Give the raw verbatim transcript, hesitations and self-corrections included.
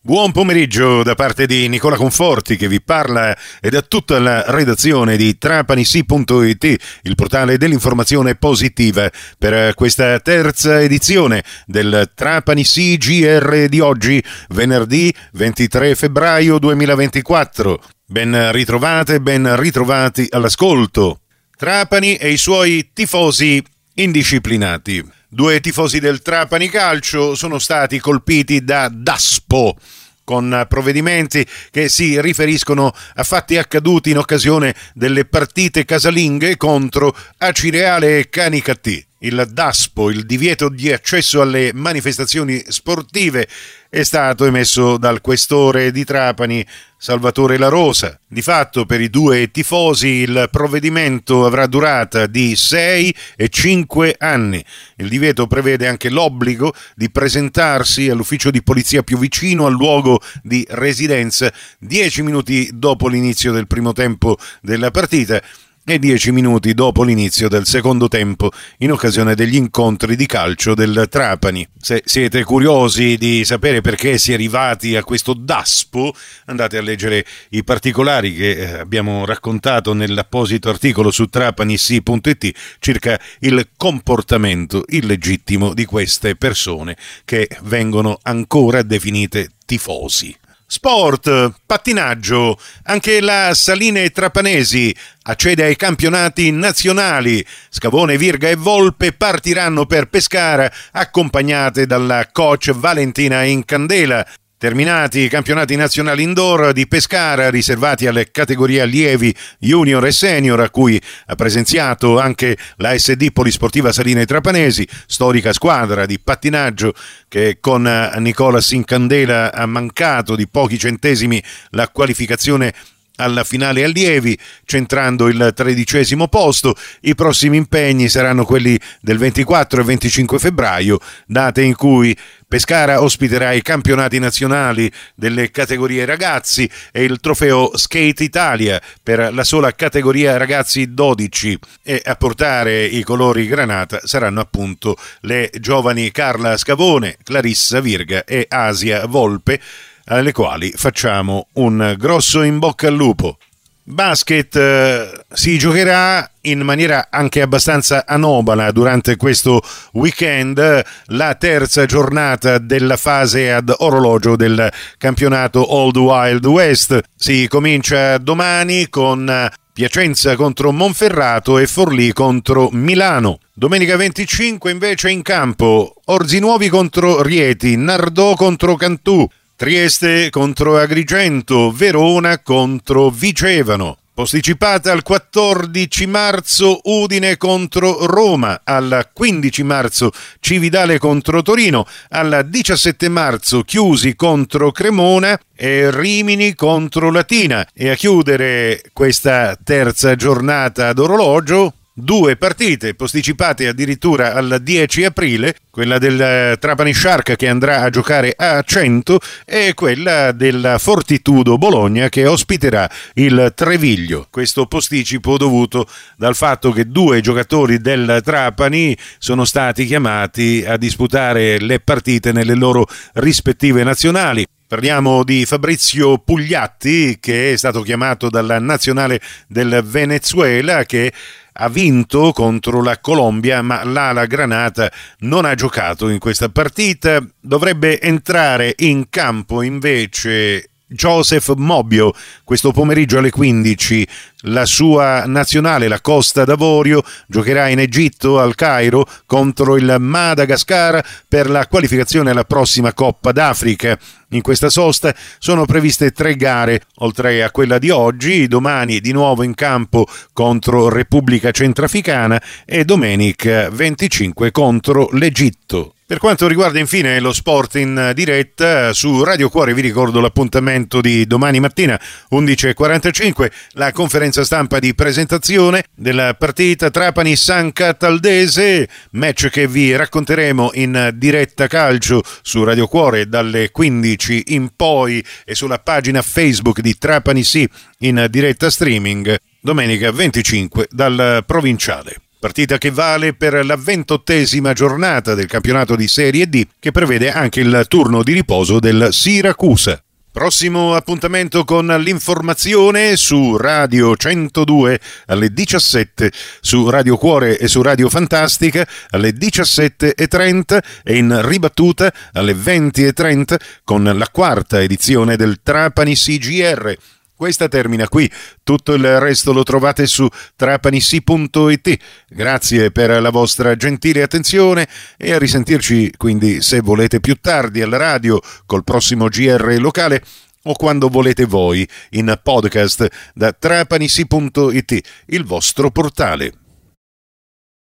Buon pomeriggio da parte di Nicola Conforti che vi parla e da tutta la redazione di Trapanisi punto it, il portale dell'informazione positiva, per questa terza edizione del Trapanisi G R di oggi, venerdì ventitré febbraio duemilaventiquattro. Ben ritrovate, ben ritrovati all'ascolto. Trapani e i suoi tifosi indisciplinati. Due tifosi del Trapani Calcio sono stati colpiti da Daspo, con provvedimenti che si riferiscono a fatti accaduti in occasione delle partite casalinghe contro Acireale e Canicattì. Il Daspo, il divieto di accesso alle manifestazioni sportive, è stato emesso dal questore di Trapani, Salvatore La Rosa. Di fatto, per i due tifosi il provvedimento avrà durata di sei e cinque anni. Il divieto prevede anche l'obbligo di presentarsi all'ufficio di polizia più vicino al luogo di residenza dieci minuti dopo l'inizio del primo tempo della partita e dieci minuti dopo l'inizio del secondo tempo in occasione degli incontri di calcio del Trapani. Se siete curiosi di sapere perché si è arrivati a questo Daspo, andate a leggere i particolari che abbiamo raccontato nell'apposito articolo su Trapanisi punto it circa il comportamento illegittimo di queste persone che vengono ancora definite tifosi. Sport, pattinaggio, anche la Saline Trapanesi accede ai campionati nazionali. Scavone, Virga e Volpe partiranno per Pescara accompagnate dalla coach Valentina Incandela. Terminati i campionati nazionali indoor di Pescara riservati alle categorie allievi junior e senior, a cui ha presenziato anche la S D Polisportiva Saline Trapanesi, storica squadra di pattinaggio che con Nicolas Incandela ha mancato di pochi centesimi la qualificazione alla finale allievi, centrando il tredicesimo posto. I prossimi impegni saranno quelli del ventiquattro e venticinque febbraio, date in cui Pescara ospiterà i campionati nazionali delle categorie ragazzi e il trofeo Skate Italia per la sola categoria ragazzi dodici, e a portare i colori granata saranno appunto le giovani Carla Scavone, Clarissa Virga e Asia Volpe, alle quali facciamo un grosso in bocca al lupo. Basket eh, si giocherà in maniera anche abbastanza anomala durante questo weekend la terza giornata della fase ad orologio del campionato Old Wild West. Si comincia domani con Piacenza contro Monferrato e Forlì contro Milano. Domenica venticinque invece in campo Orzinuovi contro Rieti, Nardò contro Cantù, Trieste contro Agrigento, Verona contro Vigevano. Posticipata al quattordici marzo Udine contro Roma, al quindici marzo Cividale contro Torino, al diciassette marzo Chiusi contro Cremona e Rimini contro Latina. E a chiudere questa terza giornata ad orologio, due partite posticipate addirittura al dieci aprile, quella del Trapani Shark che andrà a giocare a Cento e quella della Fortitudo Bologna che ospiterà il Treviglio. Questo posticipo dovuto dal fatto che due giocatori del Trapani sono stati chiamati a disputare le partite nelle loro rispettive nazionali. Parliamo di Fabrizio Pugliatti, che è stato chiamato dalla nazionale del Venezuela, che ha vinto contro la Colombia, ma l'ala granata non ha giocato in questa partita. Dovrebbe entrare in campo invece Joseph Mobbio questo pomeriggio alle quindici. La sua nazionale, la Costa d'Avorio, giocherà in Egitto, al Cairo, contro il Madagascar per la qualificazione alla prossima Coppa d'Africa. In questa sosta sono previste tre gare, oltre a quella di oggi. Domani di nuovo in campo contro Repubblica Centrafricana e domenica venticinque contro l'Egitto. Per quanto riguarda infine lo sport in diretta su Radio Cuore, vi ricordo l'appuntamento di domani mattina undici e quarantacinque, la conferenza stampa di presentazione della partita Trapani-San Cataldese, match che vi racconteremo in diretta calcio su Radio Cuore dalle quindici in poi e sulla pagina Facebook di Trapanisi in diretta streaming domenica venticinque dal Provinciale. Partita che vale per la ventottesima giornata del campionato di Serie D, che prevede anche il turno di riposo del Siracusa. Prossimo appuntamento con l'informazione su Radio centodue alle diciassette, su Radio Cuore e su Radio Fantastica alle diciassette e trenta e in ribattuta alle venti e trenta con la quarta edizione del Trapani C G R. Questa termina qui, tutto il resto lo trovate su trapanisi punto it. Grazie per la vostra gentile attenzione e a risentirci quindi se volete più tardi alla radio col prossimo G R locale o quando volete voi in podcast da trapanisi punto it, il vostro portale.